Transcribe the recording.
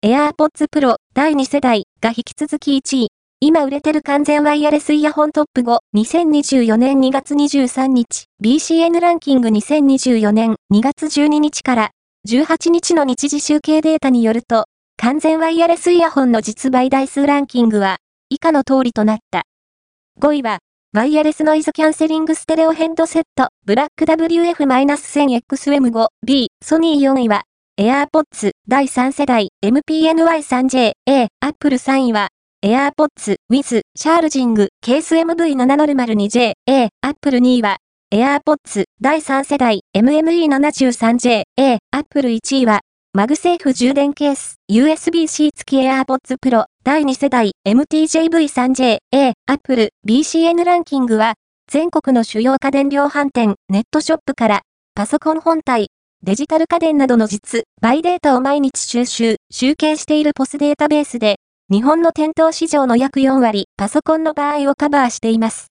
AirPods Pro第2世代が引き続き1位。今売れてる完全ワイヤレスイヤホントップ5、2024年2月23日、BCN ランキング2024年2月12日から18日の日時集計データによると、完全ワイヤレスイヤホンの実売台数ランキングは以下の通りとなった。5位は、ワイヤレスノイズキャンセリングステレオヘッドセット、ブラック WF-1000XM5B、ソニー4位は、AirPods 第3世代 MPNY3J、Apple 3位は、AirPods with シャールジングケース MV7002J、Apple 2位は、AirPods 第3世代 MME73J、Apple 1位は、マグセーフ充電ケース USB-C 付き AirPods Pro 第2世代 MTJV3J、Apple BCN ランキングは、全国の主要家電量販店、ネットショップから、パソコン本体、デジタル家電などの実売データを毎日集計しているポスデータベースで、日本の店頭市場の約4割、パソコンの場合をカバーしています。